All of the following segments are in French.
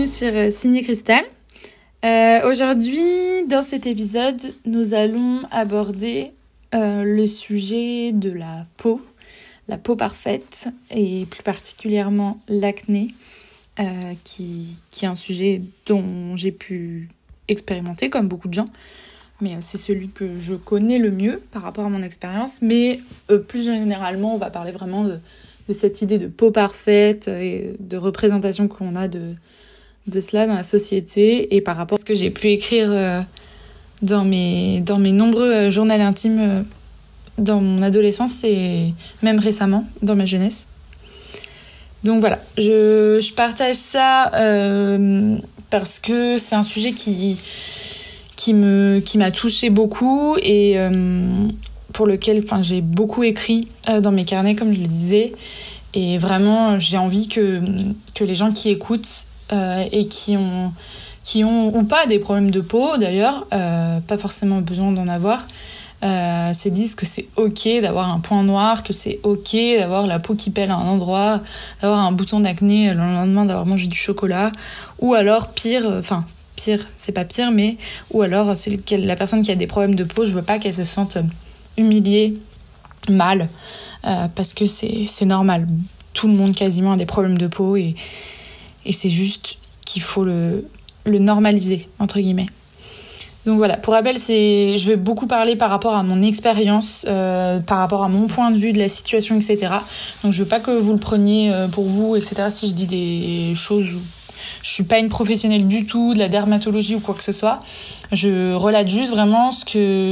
bienvenue sur Signé Cristal. Aujourd'hui, dans cet épisode, nous allons aborder le sujet de la peau parfaite et plus particulièrement l'acné, qui est un sujet dont j'ai pu expérimenter comme beaucoup de gens, mais c'est celui que je connais le mieux par rapport à mon expérience. Mais plus généralement, on va parler vraiment de cette idée de peau parfaite et de représentation qu'on a de cela dans la société, et par rapport à ce que j'ai pu écrire dans mes nombreux journaux intimes dans mon adolescence et même récemment dans ma jeunesse. Donc voilà, je partage ça parce que c'est un sujet qui m'a touchée beaucoup et pour lequel j'ai beaucoup écrit dans mes carnets, comme je le disais. Et vraiment, j'ai envie que les gens qui écoutent et qui ont ou pas des problèmes de peau, d'ailleurs, pas forcément besoin d'en avoir, se disent que c'est ok d'avoir un point noir, que c'est ok d'avoir la peau qui pèle à un endroit, d'avoir un bouton d'acné le lendemain d'avoir mangé du chocolat, ou alors pire, c'est pas pire, mais ou alors c'est la personne qui a des problèmes de peau, je veux pas qu'elle se sente humiliée, mal, parce que c'est normal. Tout le monde quasiment a des problèmes de peau et c'est juste qu'il faut le normaliser, entre guillemets. Donc voilà, pour rappel, je vais beaucoup parler par rapport à mon expérience, par rapport à mon point de vue de la situation, etc. Donc je veux pas que vous le preniez pour vous, etc. Si je dis des choses où je suis pas une professionnelle du tout de la dermatologie ou quoi que ce soit. Je relate juste vraiment ce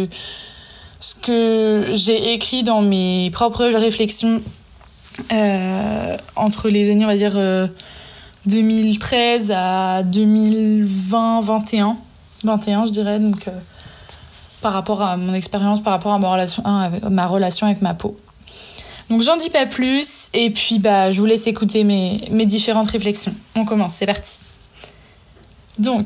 que j'ai écrit dans mes propres réflexions entre les années, on va dire, 2013 à 2020, 21 je dirais, donc par rapport à mon expérience, par rapport à ma relation avec ma peau. Donc j'en dis pas plus, et puis je vous laisse écouter mes différentes réflexions. On commence, c'est parti. Donc,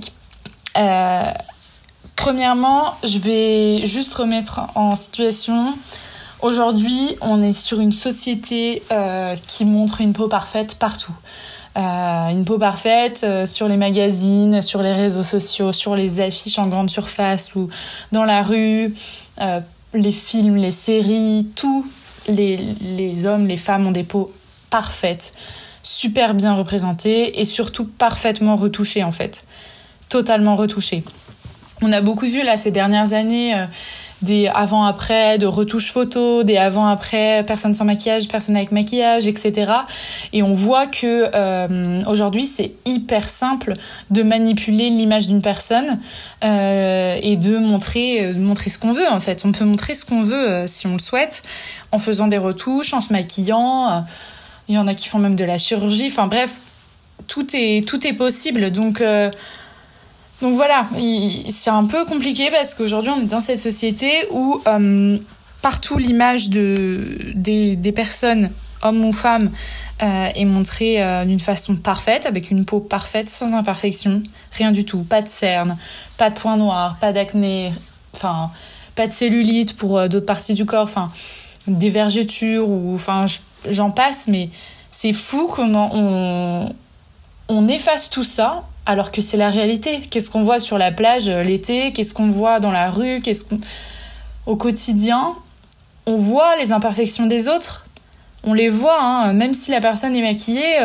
premièrement, je vais juste remettre en situation. Aujourd'hui, on est sur une société qui montre une peau parfaite partout. Une peau parfaite sur les magazines, sur les réseaux sociaux, sur les affiches en grande surface ou dans la rue, les films, les séries, tous les hommes, les femmes ont des peaux parfaites, super bien représentées et surtout parfaitement retouchées en fait, totalement retouchées. On a beaucoup vu là ces dernières années des avant-après de retouches photos, des avant-après personnes sans maquillage, personnes avec maquillage, etc. Et on voit que aujourd'hui c'est hyper simple de manipuler l'image d'une personne et de montrer ce qu'on veut en fait. On peut montrer ce qu'on veut si on le souhaite, en faisant des retouches, en se maquillant. Il y en a qui font même de la chirurgie. Enfin bref, tout est possible. Donc voilà, c'est un peu compliqué parce qu'aujourd'hui on est dans cette société où partout l'image des personnes, hommes ou femmes, est montrée d'une façon parfaite, avec une peau parfaite, sans imperfection, rien du tout, pas de cernes, pas de points noirs, pas d'acné, pas de cellulite pour d'autres parties du corps, des vergetures, j'en passe, mais c'est fou comment on efface tout ça alors que c'est la réalité. Qu'est-ce qu'on voit sur la plage l'été, qu'est-ce qu'on voit dans la rue, au quotidien, on voit les imperfections des autres, on les voit, même si la personne est maquillée,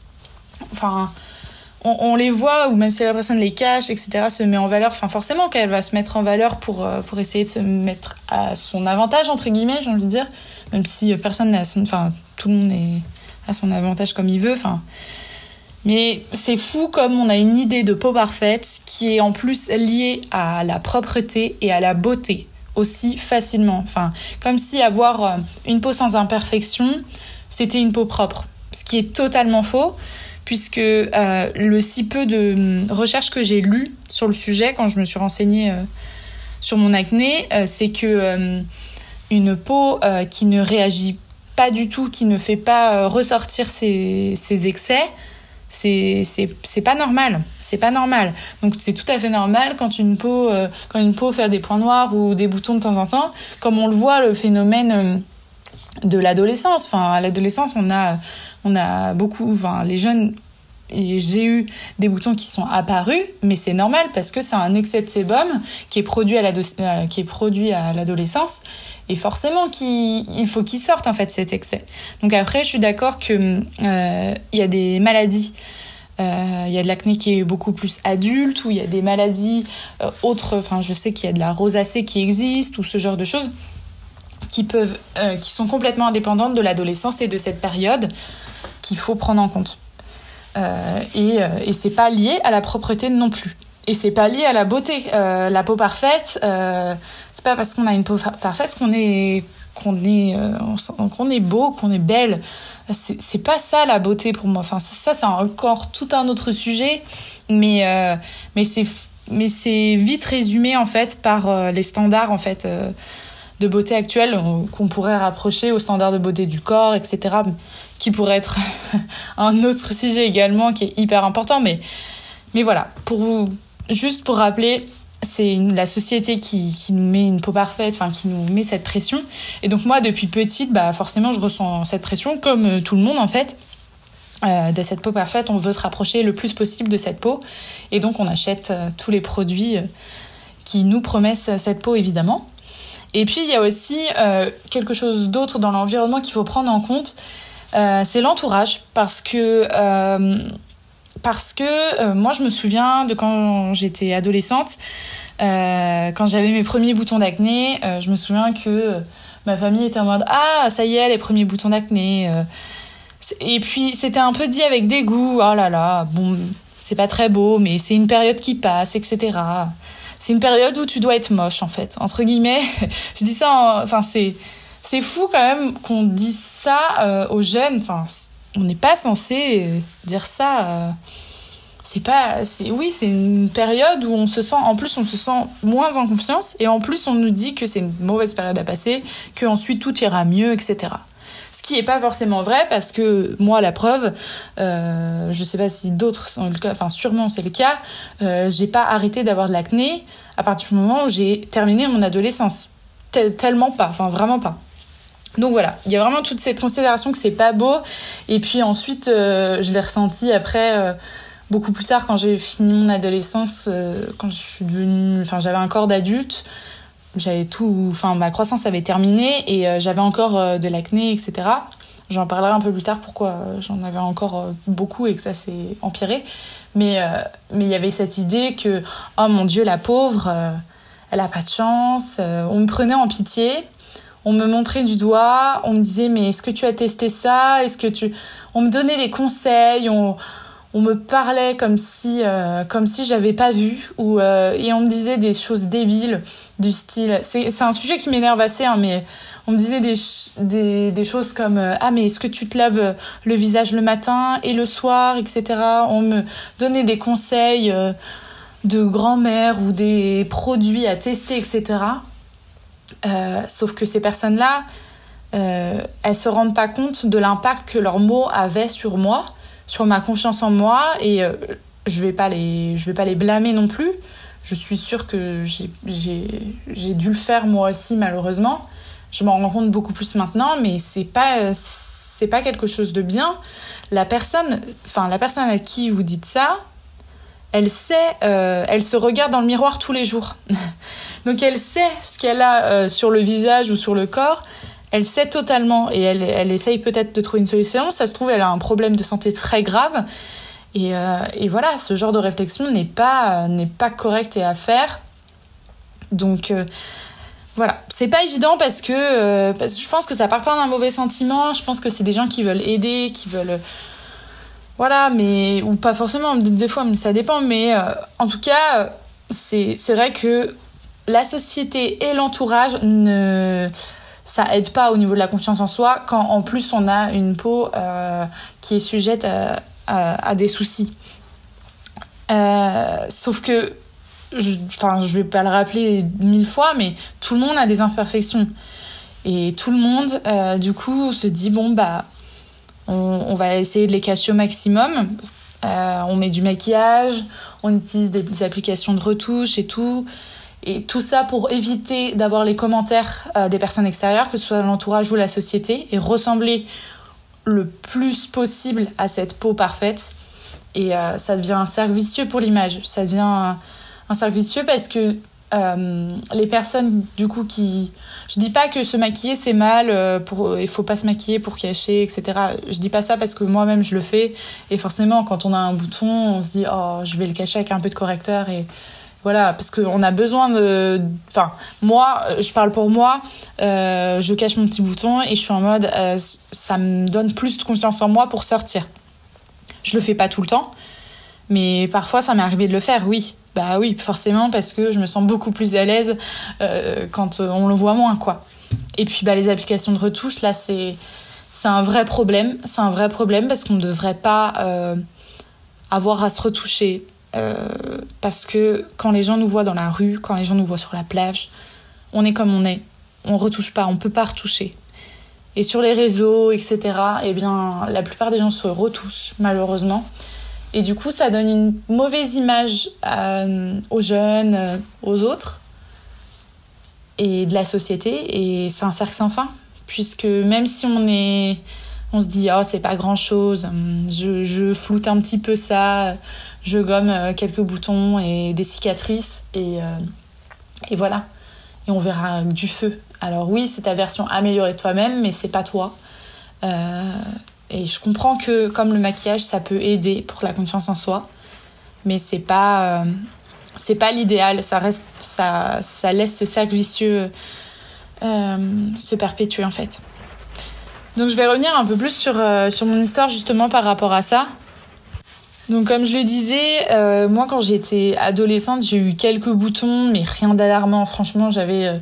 on les voit, ou même si la personne les cache, etc., se met en valeur, forcément qu'elle va se mettre en valeur pour essayer de se mettre à son avantage, entre guillemets, j'ai envie de dire, même si personne n'a tout le monde est à son avantage comme il veut, Mais c'est fou comme on a une idée de peau parfaite qui est en plus liée à la propreté et à la beauté aussi facilement. Comme si avoir une peau sans imperfection, c'était une peau propre. Ce qui est totalement faux, puisque le si peu de recherches que j'ai lues sur le sujet quand je me suis renseignée sur mon acné, c'est que une peau qui ne réagit pas du tout, qui ne fait pas ressortir ses excès, c'est pas normal, donc c'est tout à fait normal quand une peau fait des points noirs ou des boutons de temps en temps, comme on le voit, le phénomène de l'adolescence. À l'adolescence, on a beaucoup, les jeunes et j'ai eu des boutons qui sont apparus, mais c'est normal parce que c'est un excès de sébum qui est produit à l'adolescence, et forcément il faut qu'il sorte en fait cet excès. Donc après, je suis d'accord que il y a des maladies. Il y a de l'acné qui est beaucoup plus adulte, ou il y a des maladies autres. Enfin, je sais qu'il y a de la rosacée qui existe, ou ce genre de choses qui sont complètement indépendantes de l'adolescence et de cette période qu'il faut prendre en compte. Et c'est pas lié à la propreté non plus. Et c'est pas lié à la beauté. La peau parfaite, c'est pas parce qu'on a une peau parfaite qu'on est beau, qu'on est belle. C'est pas ça la beauté pour moi. Enfin, ça c'est encore tout un autre sujet, mais c'est vite résumé en fait par les standards en fait de beauté actuels qu'on pourrait rapprocher aux standards de beauté du corps, etc., qui pourrait être un autre sujet également qui est hyper important. Mais voilà, juste pour rappeler, c'est la société qui nous met une peau parfaite, enfin qui nous met cette pression. Et donc moi, depuis petite, forcément, je ressens cette pression, comme tout le monde en fait, de cette peau parfaite. On veut se rapprocher le plus possible de cette peau. Et donc on achète tous les produits qui nous promettent cette peau, évidemment. Et puis il y a aussi quelque chose d'autre dans l'environnement qu'il faut prendre en compte, c'est l'entourage, parce que moi je me souviens de quand j'étais adolescente, quand j'avais mes premiers boutons d'acné, je me souviens que ma famille était en mode « Ah, ça y est, les premiers boutons d'acné ». Et puis c'était un peu dit avec dégoût, « Oh là là, bon, c'est pas très beau, mais c'est une période qui passe, etc. » C'est une période où tu dois être moche, en fait, entre guillemets. Je dis ça, enfin c'est fou quand même qu'on dise ça aux jeunes. Enfin, on n'est pas censé dire ça. C'est une période où on se sent moins en confiance, et en plus on nous dit que c'est une mauvaise période à passer, qu'ensuite tout ira mieux, etc. Ce qui est pas forcément vrai, parce que moi, la preuve, je sais pas si d'autres sont le cas, enfin sûrement c'est le cas, j'ai pas arrêté d'avoir de l'acné à partir du moment où j'ai terminé mon adolescence. Tellement pas, enfin vraiment pas. Donc voilà, il y a vraiment toute cette considération que c'est pas beau. Et puis ensuite, je l'ai ressenti après, beaucoup plus tard, quand j'ai fini mon adolescence, quand je suis j'avais un corps d'adulte. Ma croissance avait terminé, et j'avais encore de l'acné, etc. J'en parlerai un peu plus tard pourquoi j'en avais encore beaucoup et que ça s'est empiré. Mais il y avait cette idée que, oh mon Dieu, la pauvre, elle a pas de chance. On me prenait en pitié, on me montrait du doigt, on me disait mais est-ce que tu as testé ça ? On me donnait des conseils, on me parlait comme si j'avais pas vu, et on me disait des choses débiles du style, c'est un sujet qui m'énerve assez, hein, mais on me disait des choses comme ah mais est-ce que tu te laves le visage le matin et le soir, etc. On me donnait des conseils de grand-mère ou des produits à tester, etc. Sauf que ces personnes-là, elles se rendent pas compte de l'impact que leurs mots avaient sur moi, sur ma confiance en moi, et je vais pas les blâmer non plus. Je suis sûre que j'ai dû le faire moi aussi, malheureusement. Je m'en rends compte beaucoup plus maintenant, mais c'est pas quelque chose de bien. La personne à qui vous dites ça, elle se regarde dans le miroir tous les jours. Donc elle sait ce qu'elle a sur le visage ou sur le corps. Elle sait totalement, et elle essaye peut-être de trouver une solution. Ça se trouve, elle a un problème de santé très grave. Et voilà, ce genre de réflexion n'est pas correct et à faire. Donc voilà, c'est pas évident parce que je pense que ça part pas d'un mauvais sentiment. Je pense que c'est des gens qui veulent aider, qui veulent... Voilà, mais... Ou pas forcément, des fois, ça dépend. Mais en tout cas, c'est vrai que la société et l'entourage ça aide pas au niveau de la confiance en soi, quand en plus on a une peau qui est sujette à des soucis. Sauf que, je vais pas le rappeler 1000 fois, mais tout le monde a des imperfections. Et tout le monde, du coup, se dit, on va essayer de les cacher au maximum. On met du maquillage, on utilise des applications de retouche et tout. Et tout ça pour éviter d'avoir les commentaires des personnes extérieures, que ce soit l'entourage ou la société, et ressembler le plus possible à cette peau parfaite. Et ça devient un cercle vicieux pour l'image. Ça devient un cercle vicieux parce que les personnes du coup qui... Je dis pas que se maquiller c'est mal, il faut pas se maquiller pour cacher, etc. Je dis pas ça parce que moi-même je le fais. Et forcément, quand on a un bouton, on se dit « Oh, je vais le cacher avec un peu de correcteur. » Et voilà, parce qu'on a besoin de... Enfin, moi, je parle pour moi, je cache mon petit bouton et je suis en mode ça me donne plus de confiance en moi pour sortir. Je le fais pas tout le temps, mais parfois ça m'est arrivé de le faire, oui. Bah oui, forcément, parce que je me sens beaucoup plus à l'aise quand on le voit moins, quoi. Et puis les applications de retouche, là, c'est un vrai problème. C'est un vrai problème parce qu'on ne devrait pas avoir à se retoucher. Parce que quand les gens nous voient dans la rue, quand les gens nous voient sur la plage, on est comme on est. On retouche pas, on peut pas retoucher. Et sur les réseaux, etc., eh bien, la plupart des gens se retouchent, malheureusement. Et du coup, ça donne une mauvaise image aux jeunes, aux autres, et de la société. Et c'est un cercle sans fin, puisque même si on se dit « Oh, c'est pas grand-chose, je floute un petit peu ça, je gomme quelques boutons et des cicatrices, et voilà. Et on verra du feu. » Alors oui, c'est ta version améliorée de toi-même, mais c'est pas toi. Et je comprends que, comme le maquillage, ça peut aider pour la confiance en soi, mais c'est pas l'idéal. Ça laisse ce cercle vicieux se perpétuer, en fait. Donc je vais revenir un peu plus sur mon histoire, justement, par rapport à ça. Donc comme je le disais, moi, quand j'étais adolescente, j'ai eu quelques boutons, mais rien d'alarmant. Franchement, j'avais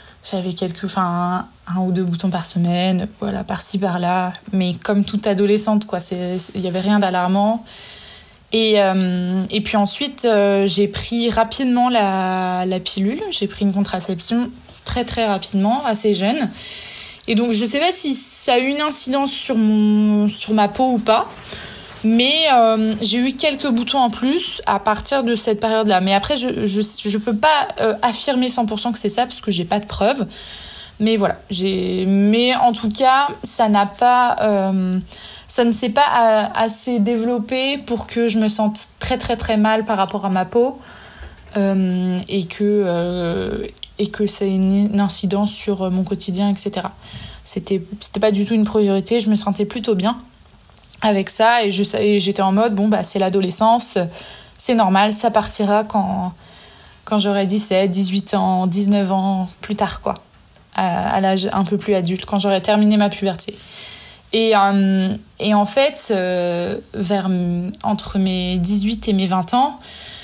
un ou deux boutons par semaine, voilà, par-ci, par-là. Mais comme toute adolescente, quoi, il y avait rien d'alarmant. Et puis ensuite, j'ai pris rapidement la pilule. J'ai pris une contraception très, très rapidement, assez jeune. Et donc, je sais pas si ça a eu une incidence sur ma peau ou pas. Mais j'ai eu quelques boutons en plus à partir de cette période-là. Mais après, je peux pas affirmer 100% que c'est ça parce que j'ai pas de preuves. Mais voilà, mais en tout cas, ça ne s'est pas assez développé pour que je me sente très très très mal par rapport à ma peau et que ça ait une incidence sur mon quotidien, etc. C'était pas du tout une priorité. Je me sentais plutôt bien avec ça et j'étais en mode c'est l'adolescence, c'est normal, ça partira quand j'aurai 17, 18 ans, 19 ans plus tard, quoi, à l'âge un peu plus adulte, quand j'aurai terminé ma puberté. Et en fait, entre mes 18 et mes 20 ans,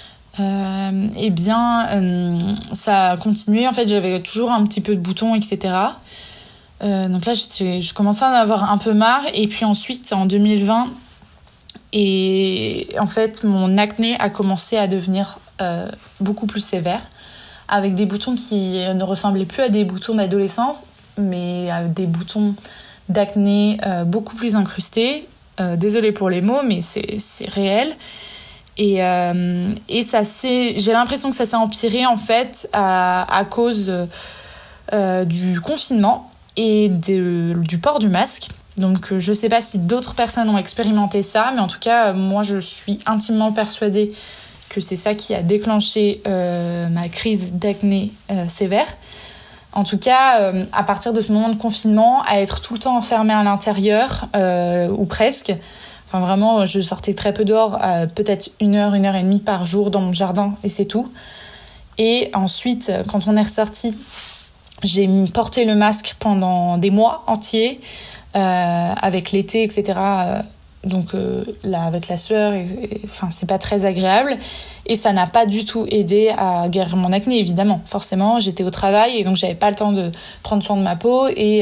ça a continué. En fait, j'avais toujours un petit peu de boutons, etc. Donc là, je commençais à en avoir un peu marre. Et puis ensuite, en 2020, et en fait, mon acné a commencé à devenir beaucoup plus sévère, avec des boutons qui ne ressemblaient plus à des boutons d'adolescence, mais à des boutons d'acné beaucoup plus incrustés. Désolée pour les mots, mais c'est réel. Et j'ai l'impression que ça s'est empiré, en fait, à cause du confinement et du port du masque. Donc je sais pas si d'autres personnes ont expérimenté ça, mais en tout cas moi je suis intimement persuadée que c'est ça qui a déclenché ma crise d'acné sévère. En tout cas, à partir de ce moment de confinement, à être tout le temps enfermée à l'intérieur, ou presque, enfin vraiment je sortais très peu dehors, peut-être 1 heure, 1 heure et demie par jour dans mon jardin et c'est tout. Et ensuite, quand on est ressorti, j'ai porté le masque pendant des mois entiers, avec l'été, etc. Donc là, avec la sueur, c'est pas très agréable. Et ça n'a pas du tout aidé à guérir mon acné, évidemment. Forcément, j'étais au travail et donc j'avais pas le temps de prendre soin de ma peau.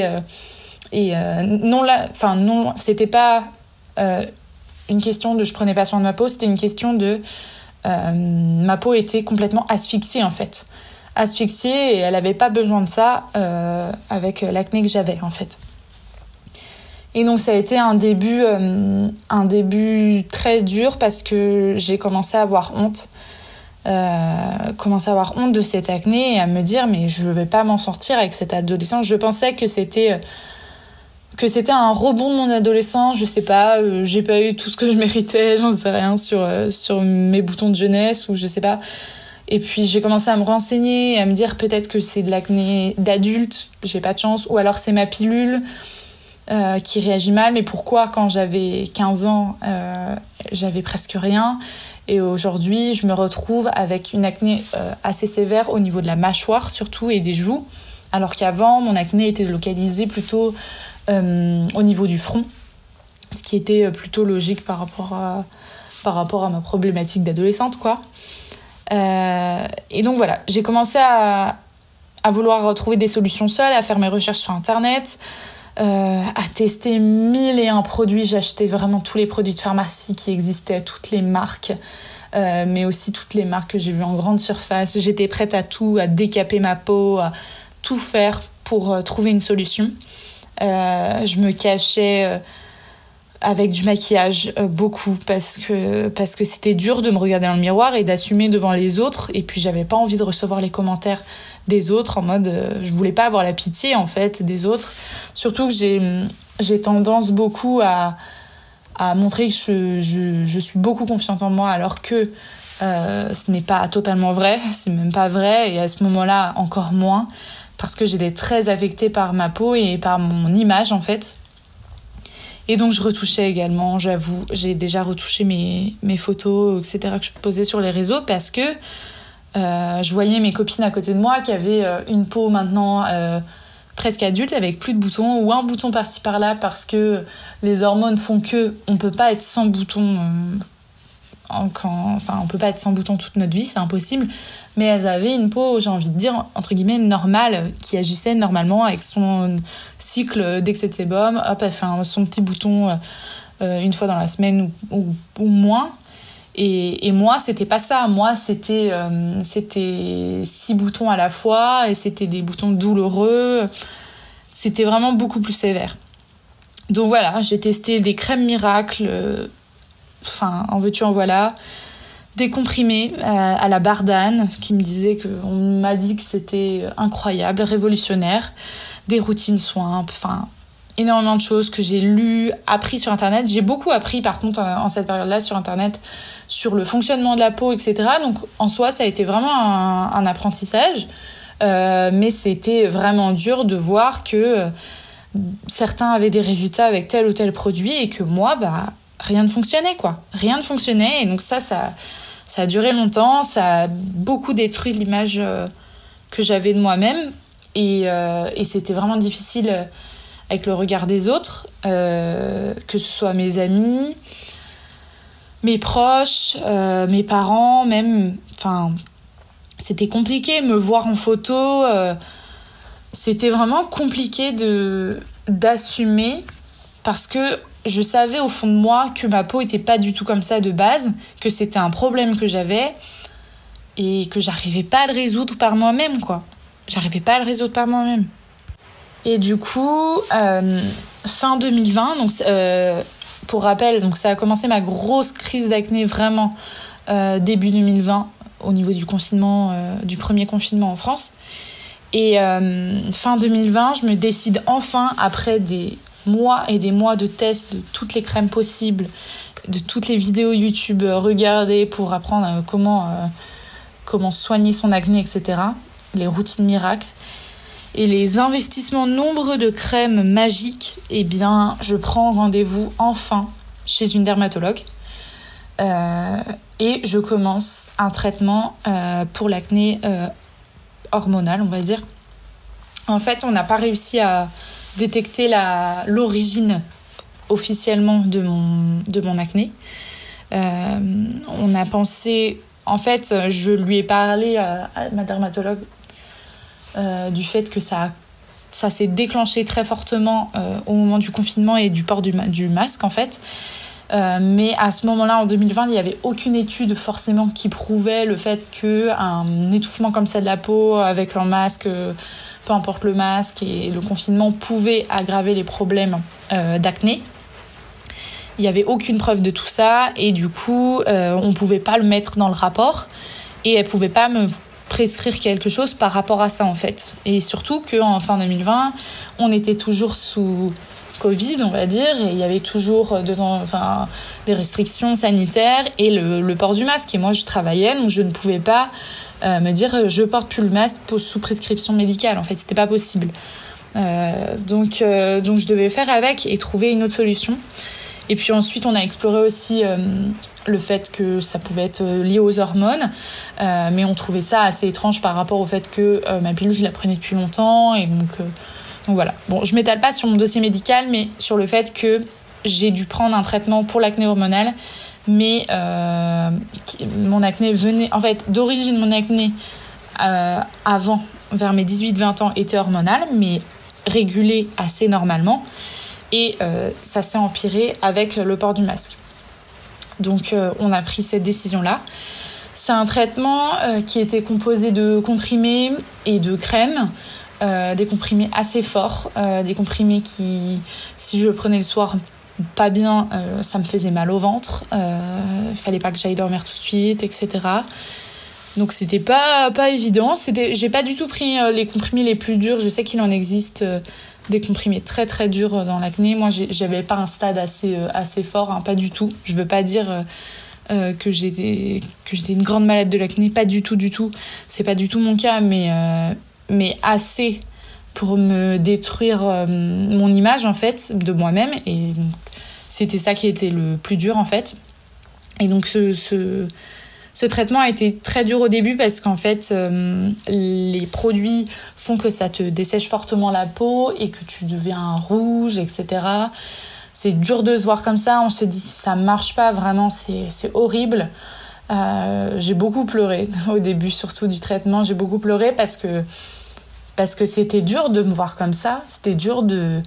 Non, c'était pas une question de je prenais pas soin de ma peau, c'était une question de ma peau était complètement asphyxiée, en fait. Asphyxiée, et elle avait pas besoin de ça avec l'acné que j'avais, en fait. Et donc ça a été un début très dur parce que j'ai commencé à avoir honte. De cette acné et à me dire mais je vais pas m'en sortir avec cette adolescence. Je pensais que c'était que c'était un rebond de mon adolescence, je sais pas, j'ai pas eu tout ce que je méritais, j'en sais rien sur mes boutons de jeunesse ou je sais pas. Et puis j'ai commencé à me renseigner, à me dire peut-être que c'est de l'acné d'adulte, j'ai pas de chance, ou alors c'est ma pilule qui réagit mal, mais pourquoi quand j'avais 15 ans, j'avais presque rien, et aujourd'hui je me retrouve avec une acné assez sévère au niveau de la mâchoire surtout et des joues, alors qu'avant mon acné était localisée plutôt au niveau du front, ce qui était plutôt logique par rapport à ma problématique d'adolescente, quoi. Et donc voilà, j'ai commencé à vouloir trouver des solutions seule, à faire mes recherches sur internet, à tester 1001 produits. J'achetais vraiment tous les produits de pharmacie qui existaient, toutes les marques, mais aussi toutes les marques que j'ai vues en grande surface. J'étais prête à tout, à décaper ma peau, à tout faire pour trouver une solution. Je me cachais avec du maquillage beaucoup parce que c'était dur de me regarder dans le miroir et d'assumer devant les autres, et puis j'avais pas envie de recevoir les commentaires des autres en mode je voulais pas avoir la pitié en fait des autres, surtout que j'ai tendance beaucoup à montrer que je suis beaucoup confiante en moi, alors que ce n'est pas totalement vrai, c'est même pas vrai, et à ce moment-là encore moins, parce que j'étais très affectée par ma peau et par mon image en fait. Et donc je retouchais également, j'avoue, j'ai déjà retouché mes photos, etc. que je posais sur les réseaux, parce que je voyais mes copines à côté de moi qui avaient une peau maintenant presque adulte, avec plus de boutons, ou un bouton par-ci par-là, parce que les hormones font que on peut pas être sans boutons on peut pas être sans boutons toute notre vie, c'est impossible, mais elles avaient une peau, j'ai envie de dire, entre guillemets, normale, qui agissait normalement avec son cycle d'excès de sébum. Hop, elle fait son petit bouton une fois dans la semaine ou moins. Et moi, c'était pas ça. Moi, c'était 6 boutons à la fois, et c'était des boutons douloureux. C'était vraiment beaucoup plus sévère. Donc voilà, j'ai testé des crèmes miracles, en veux-tu en voilà, des comprimés à la Bardane qui me disaient on m'a dit que c'était incroyable, révolutionnaire, des routines soins, énormément de choses que j'ai lues, appris sur internet. J'ai beaucoup appris par contre en cette période-là sur internet sur le fonctionnement de la peau, etc. Donc en soi ça a été vraiment un apprentissage, mais c'était vraiment dur de voir que certains avaient des résultats avec tel ou tel produit et que moi rien ne fonctionnait, quoi. Rien ne fonctionnait, et donc ça a duré longtemps, ça a beaucoup détruit l'image que j'avais de moi-même, et c'était vraiment difficile avec le regard des autres, que ce soit mes amis, mes proches, mes parents, même, c'était compliqué, me voir en photo, c'était vraiment compliqué d'assumer, parce que je savais au fond de moi que ma peau était pas du tout comme ça de base, que c'était un problème que j'avais et que j'arrivais pas à le résoudre par moi-même, quoi. J'arrivais pas à le résoudre par moi-même. Et du coup, fin 2020, donc pour rappel, donc ça a commencé ma grosse crise d'acné vraiment début 2020 au niveau du confinement, du premier confinement en France. Et fin 2020, je me décide enfin, après des mois et des mois de tests de toutes les crèmes possibles, de toutes les vidéos YouTube regardées pour apprendre comment soigner son acné, etc. Les routines miracles et les investissements nombreux de crèmes magiques, eh bien, je prends rendez-vous enfin chez une dermatologue et je commence un traitement pour l'acné hormonal, on va dire. En fait, on n'a pas réussi à détecter l'origine officiellement de mon acné. On a pensé... En fait, je lui ai parlé à ma dermatologue du fait que ça s'est déclenché très fortement au moment du confinement et du port du masque, en fait. Mais à ce moment-là, en 2020, il n'y avait aucune étude forcément qui prouvait le fait qu'un étouffement comme ça de la peau avec le masque, peu importe le masque, et le confinement pouvait aggraver les problèmes d'acné. Il n'y avait aucune preuve de tout ça, et du coup, on ne pouvait pas le mettre dans le rapport, et elle ne pouvait pas me prescrire quelque chose par rapport à ça, en fait. Et surtout qu'en fin 2020, on était toujours sous Covid, on va dire, et il y avait toujours des restrictions sanitaires et le port du masque. Et moi, je travaillais, donc je ne pouvais pas me dire je porte plus le masque sous prescription médicale. En fait, c'était pas possible. Donc je devais faire avec et trouver une autre solution. Et puis ensuite, on a exploré aussi le fait que ça pouvait être lié aux hormones, mais on trouvait ça assez étrange par rapport au fait que ma pilule, je la prenais depuis longtemps, et donc voilà. Bon, je m'étale pas sur mon dossier médical, mais sur le fait que j'ai dû prendre un traitement pour l'acné hormonale, mais mon acné venait... En fait, d'origine, mon acné, avant, vers mes 18-20 ans, était hormonale, mais régulée assez normalement, et ça s'est empiré avec le port du masque. Donc, on a pris cette décision-là. C'est un traitement qui était composé de comprimés et de crèmes, des comprimés assez forts, des comprimés qui, si je le prenais le soir pas bien, ça me faisait mal au ventre. Il fallait pas que j'aille dormir tout de suite, etc. Donc, c'était pas évident. J'ai pas du tout pris les comprimés les plus durs. Je sais qu'il en existe des comprimés très très durs dans l'acné. Moi, j'avais pas un stade assez fort, hein, pas du tout. Je veux pas dire que j'étais une grande malade de l'acné, pas du tout. C'est pas du tout mon cas, mais assez pour me détruire mon image en fait de moi-même. Et donc, c'était ça qui était le plus dur en fait. Et donc ce traitement a été très dur au début parce qu'en fait, les produits font que ça te dessèche fortement la peau et que tu deviens rouge, etc. C'est dur de se voir comme ça. On se dit, si ça marche pas, vraiment, c'est horrible. J'ai beaucoup pleuré au début, surtout du traitement. J'ai beaucoup pleuré parce que c'était dur de me voir comme ça. C'était dur de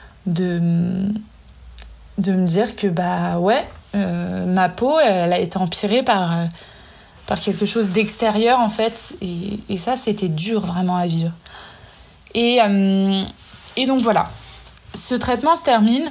me dire que, ma peau, elle a été empirée par quelque chose d'extérieur en fait, et ça c'était dur vraiment à vivre. Et donc voilà, ce traitement se termine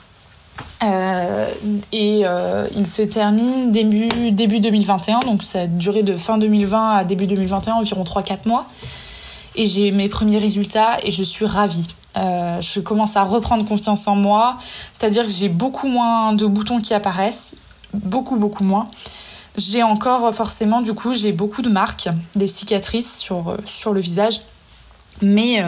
il se termine début 2021, donc ça a duré de fin 2020 à début 2021, environ 3-4 mois, et j'ai mes premiers résultats et je suis ravie. Je commence à reprendre confiance en moi, c'est-à-dire que j'ai beaucoup moins de boutons qui apparaissent, beaucoup moins. J'ai encore forcément, du coup, j'ai beaucoup de marques, des cicatrices sur le visage, mais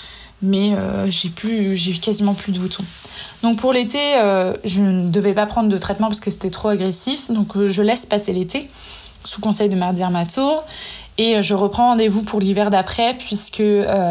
j'ai quasiment plus de boutons. Donc pour l'été, je ne devais pas prendre de traitement parce que c'était trop agressif, donc je laisse passer l'été sous conseil de ma dermato, et je reprends rendez-vous pour l'hiver d'après puisque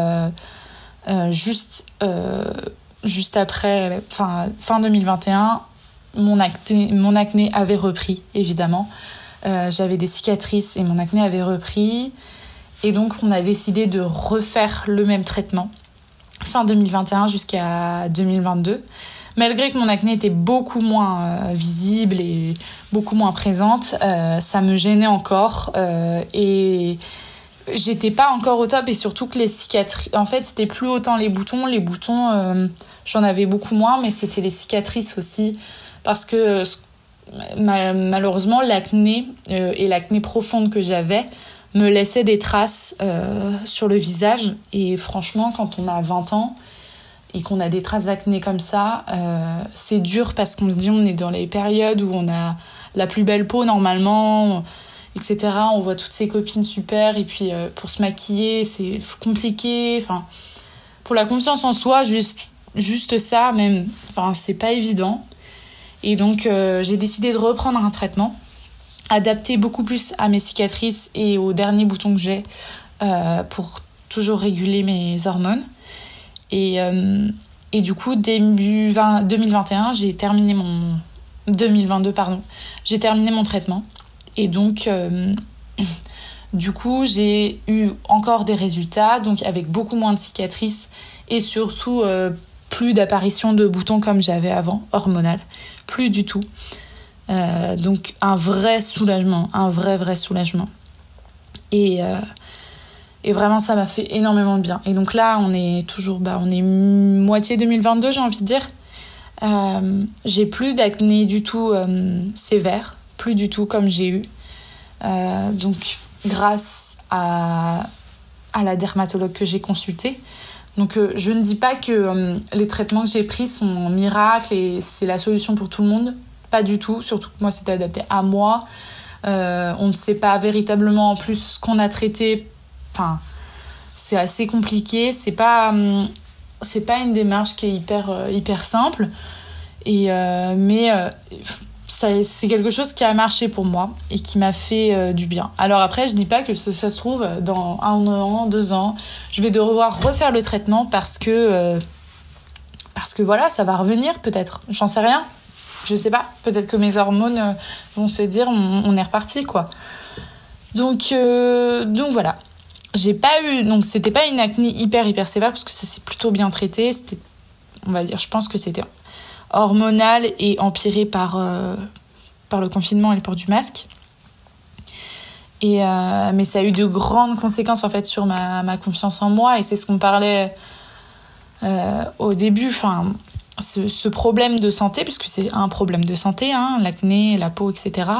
juste après, fin 2021, mon acné avait repris, évidemment. J'avais des cicatrices et mon acné avait repris, et donc on a décidé de refaire le même traitement fin 2021 jusqu'à 2022, malgré que mon acné était beaucoup moins visible et beaucoup moins présente. Ça me gênait encore et j'étais pas encore au top, et surtout que les cicatrices, en fait c'était plus autant les boutons j'en avais beaucoup moins, mais c'était les cicatrices aussi, parce que malheureusement l'acné et l'acné profonde que j'avais me laissait des traces sur le visage, et franchement quand on a 20 ans et qu'on a des traces d'acné comme ça, c'est dur, parce qu'on se dit on est dans les périodes où on a la plus belle peau normalement, etc. On voit toutes ses copines super, et puis pour se maquiller c'est compliqué, pour la confiance en soi, juste ça même, c'est pas évident. Et donc j'ai décidé de reprendre un traitement adapté beaucoup plus à mes cicatrices et aux derniers boutons que j'ai, pour toujours réguler mes hormones. Et du coup, début 2021, j'ai terminé mon 2022, j'ai terminé mon traitement. Et donc, du coup, j'ai eu encore des résultats, donc avec beaucoup moins de cicatrices et surtout plus d'apparition de boutons comme j'avais avant, hormonal, plus du tout. Donc un vrai soulagement, un vrai soulagement. Et vraiment, ça m'a fait énormément de bien. Et donc là, on est toujours, on est moitié 2022, j'ai envie de dire. J'ai plus d'acné du tout sévère, plus du tout comme j'ai eu. Donc grâce à à la dermatologue que j'ai consultée. Donc je ne dis pas que les traitements que j'ai pris sont miracles et c'est la solution pour tout le monde. Pas du tout, surtout que moi c'était adapté à moi. On ne sait pas véritablement en plus ce qu'on a traité. Enfin, c'est assez compliqué. C'est pas une démarche qui est hyper simple. Mais c'est quelque chose qui a marché pour moi et qui m'a fait du bien. Alors après, je dis pas que ça se trouve dans 1 an, 2 ans, je vais devoir refaire le traitement parce que voilà, ça va revenir peut-être. J'en sais rien. Je sais pas. Peut-être que mes hormones vont se dire on est reparti quoi. Donc voilà. Donc c'était pas une acné hyper sévère parce que ça s'est plutôt bien traité. C'était, on va dire, je pense que c'était hormonal et empiré par le confinement et le port du masque. Mais ça a eu de grandes conséquences en fait sur ma confiance en moi et c'est ce qu'on parlait au début. Enfin, ce problème de santé, puisque c'est un problème de santé, hein, l'acné, la peau, etc.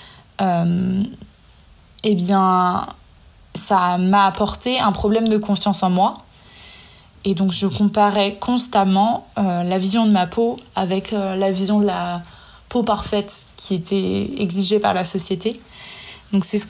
Eh bien, ça m'a apporté un problème de confiance en moi. Et donc, je comparais constamment la vision de ma peau avec la vision de la peau parfaite qui était exigée par la société. Donc, c'est ce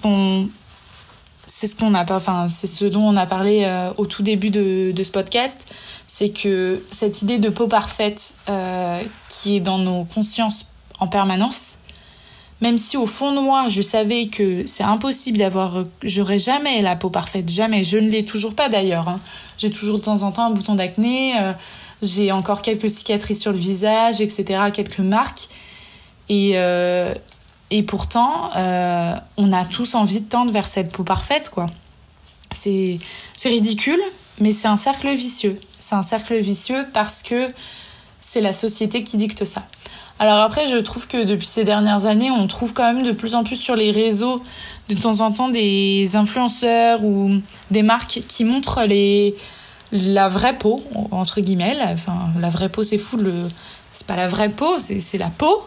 dont on a parlé au tout début de ce podcast. C'est que cette idée de peau parfaite qui est dans nos consciences en permanence, même si au fond de moi, je savais que c'est impossible j'aurais jamais la peau parfaite, jamais. Je ne l'ai toujours pas d'ailleurs, hein. J'ai toujours de temps en temps un bouton d'acné, j'ai encore quelques cicatrices sur le visage, etc., quelques marques. Et pourtant, on a tous envie de tendre vers cette peau parfaite, quoi. C'est ridicule, mais c'est un cercle vicieux. C'est un cercle vicieux parce que c'est la société qui dicte ça. Alors après, je trouve que depuis ces dernières années, on trouve quand même de plus en plus sur les réseaux, de temps en temps, des influenceurs ou des marques qui montrent la vraie peau, entre guillemets. La vraie peau, c'est fou. C'est pas la vraie peau, c'est la peau.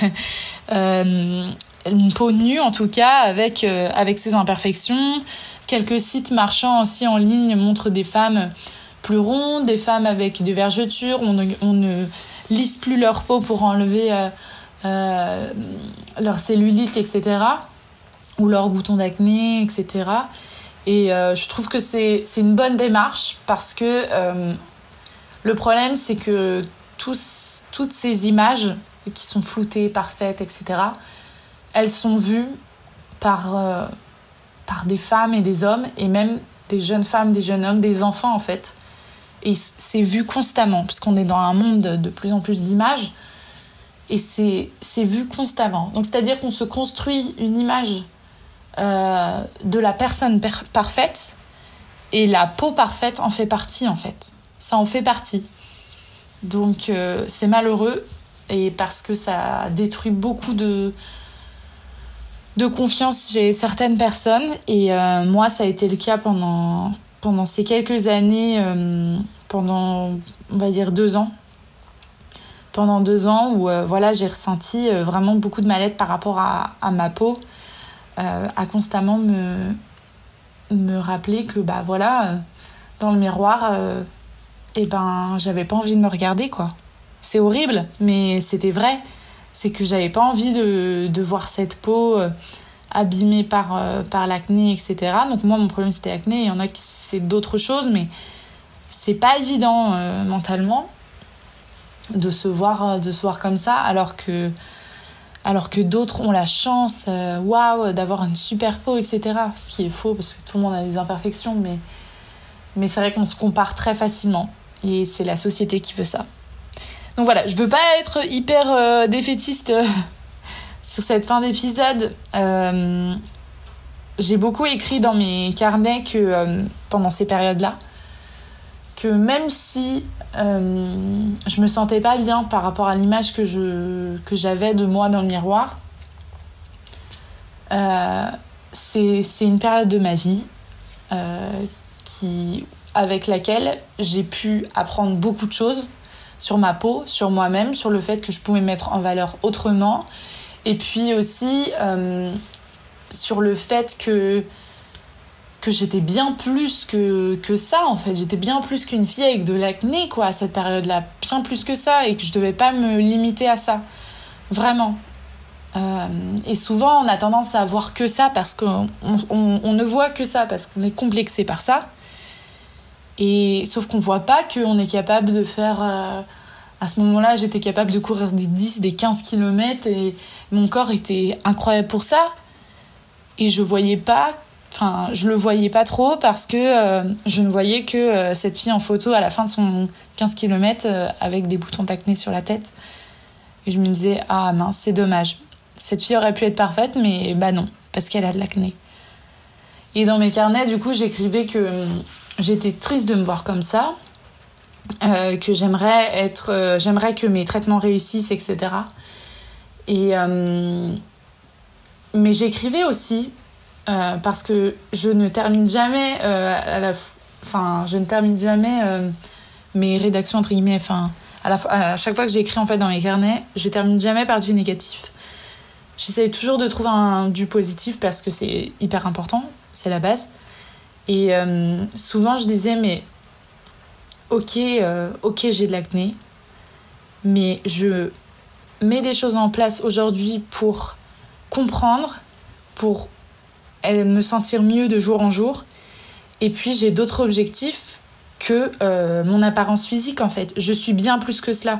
Une peau nue, en tout cas, avec ses imperfections. Quelques sites marchands aussi en ligne montrent des femmes plus rondes, des femmes avec des vergetures. On ne lisse plus leur peau pour enlever leur cellulite, etc. Ou leur bouton d'acné, etc. Et je trouve que c'est une bonne démarche parce que le problème, c'est que toutes ces images qui sont floutées, parfaites, etc., elles sont vues par des femmes et des hommes, et même des jeunes femmes, des jeunes hommes, des enfants en fait. Et c'est vu constamment, parce qu'on est dans un monde de plus en plus d'images, et c'est vu constamment. Donc c'est-à-dire qu'on se construit une image de la personne parfaite, et la peau parfaite en fait partie en fait. Ça en fait partie. Donc c'est malheureux, et parce que ça détruit beaucoup de confiance chez certaines personnes. Et moi, ça a été le cas pendant ces quelques années, pendant, on va dire, 2 ans. Pendant 2 ans où j'ai ressenti vraiment beaucoup de mal-être par rapport à ma peau, à constamment me rappeler que dans le miroir, j'avais pas envie de me regarder, quoi. C'est horrible, mais c'était vrai. C'est que j'avais pas envie de voir cette peau abîmée par l'acné, etc. Donc moi, mon problème, c'était l'acné. Il y en a qui c'est d'autres choses, mais c'est pas évident mentalement de se voir comme ça, alors que d'autres ont la chance d'avoir une super peau, etc. Ce qui est faux, parce que tout le monde a des imperfections, mais c'est vrai qu'on se compare très facilement. Et c'est la société qui veut ça. Donc voilà, je veux pas être hyper défaitiste sur cette fin d'épisode. J'ai beaucoup écrit dans mes carnets que pendant ces périodes-là, que même si je me sentais pas bien par rapport à l'image que j'avais de moi dans le miroir, c'est une période de ma vie avec laquelle j'ai pu apprendre beaucoup de choses sur ma peau, sur moi-même, sur le fait que je pouvais me mettre en valeur autrement, et puis aussi sur le fait que que j'étais bien plus que ça, en fait. J'étais bien plus qu'une fille avec de l'acné, quoi, à cette période-là. Bien plus que ça, et que je devais pas me limiter à ça. Vraiment. Et souvent, on a tendance à voir que ça, parce qu'on ne voit que ça, parce qu'on est complexé par ça. Et sauf qu'on voit pas qu'on est capable de faire... à ce moment-là, j'étais capable de courir des 10, des 15 kilomètres, et mon corps était incroyable pour ça. Et je le voyais pas trop parce que je ne voyais que cette fille en photo à la fin de son 15 km avec des boutons d'acné sur la tête. Et je me disais, ah mince, c'est dommage. Cette fille aurait pu être parfaite, mais bah non, parce qu'elle a de l'acné. Et dans mes carnets, du coup, j'écrivais que j'étais triste de me voir comme ça, que j'aimerais que mes traitements réussissent, etc. Mais j'écrivais aussi parce que je ne termine jamais mes rédactions entre guillemets. À chaque fois que j'écris en fait dans mes carnets, je termine jamais par du négatif. J'essaie toujours de trouver du positif parce que c'est hyper important, c'est la base. Et souvent je disais mais ok, j'ai de l'acné, mais je mets des choses en place aujourd'hui pour comprendre, pour me sentir mieux de jour en jour. Et puis j'ai d'autres objectifs que mon apparence physique, en fait. Je suis bien plus que cela.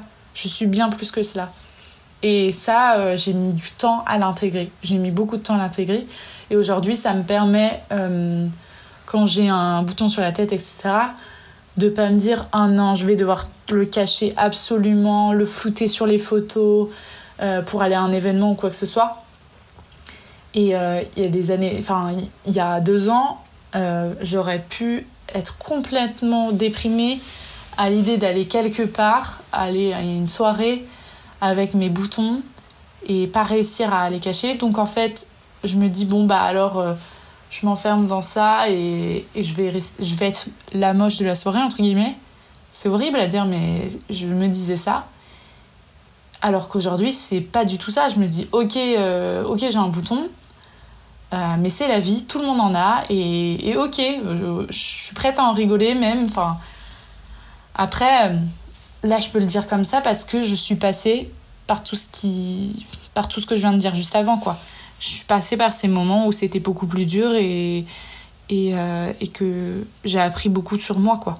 Et ça, j'ai mis du temps à l'intégrer. J'ai mis beaucoup de temps à l'intégrer. Et aujourd'hui, ça me permet, quand j'ai un bouton sur la tête, etc., de pas me dire « Ah non, je vais devoir le cacher absolument, le flouter sur les photos pour aller à un événement ou quoi que ce soit. » Et il y a des années, il y a 2 ans, j'aurais pu être complètement déprimée à l'idée d'aller quelque part, aller à une soirée avec mes boutons et pas réussir à les cacher. Donc en fait, je me dis je m'enferme dans ça et je vais être la moche de la soirée, entre guillemets. C'est horrible à dire, mais je me disais ça. Alors qu'aujourd'hui, c'est pas du tout ça. Je me dis, ok, j'ai un bouton, mais c'est la vie, tout le monde en a, et ok, je suis prête à en rigoler même. Après, là, je peux le dire comme ça parce que je suis passée par tout ce que je viens de dire juste avant, quoi. Je suis passée par ces moments où c'était beaucoup plus dur et que j'ai appris beaucoup sur moi, quoi.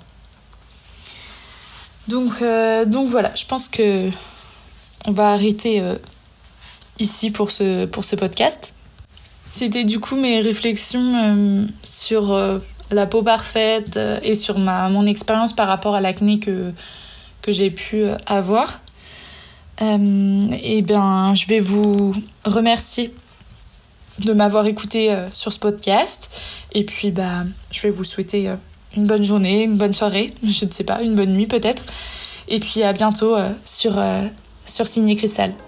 Donc voilà, je pense que on va arrêter ici pour ce podcast. C'était du coup mes réflexions sur la peau parfaite et sur mon expérience par rapport à l'acné que j'ai pu avoir. Je vais vous remercier de m'avoir écouté sur ce podcast. Et puis, je vais vous souhaiter une bonne journée, une bonne soirée, je ne sais pas, une bonne nuit peut-être. Et puis, à bientôt sur Signé Cristal.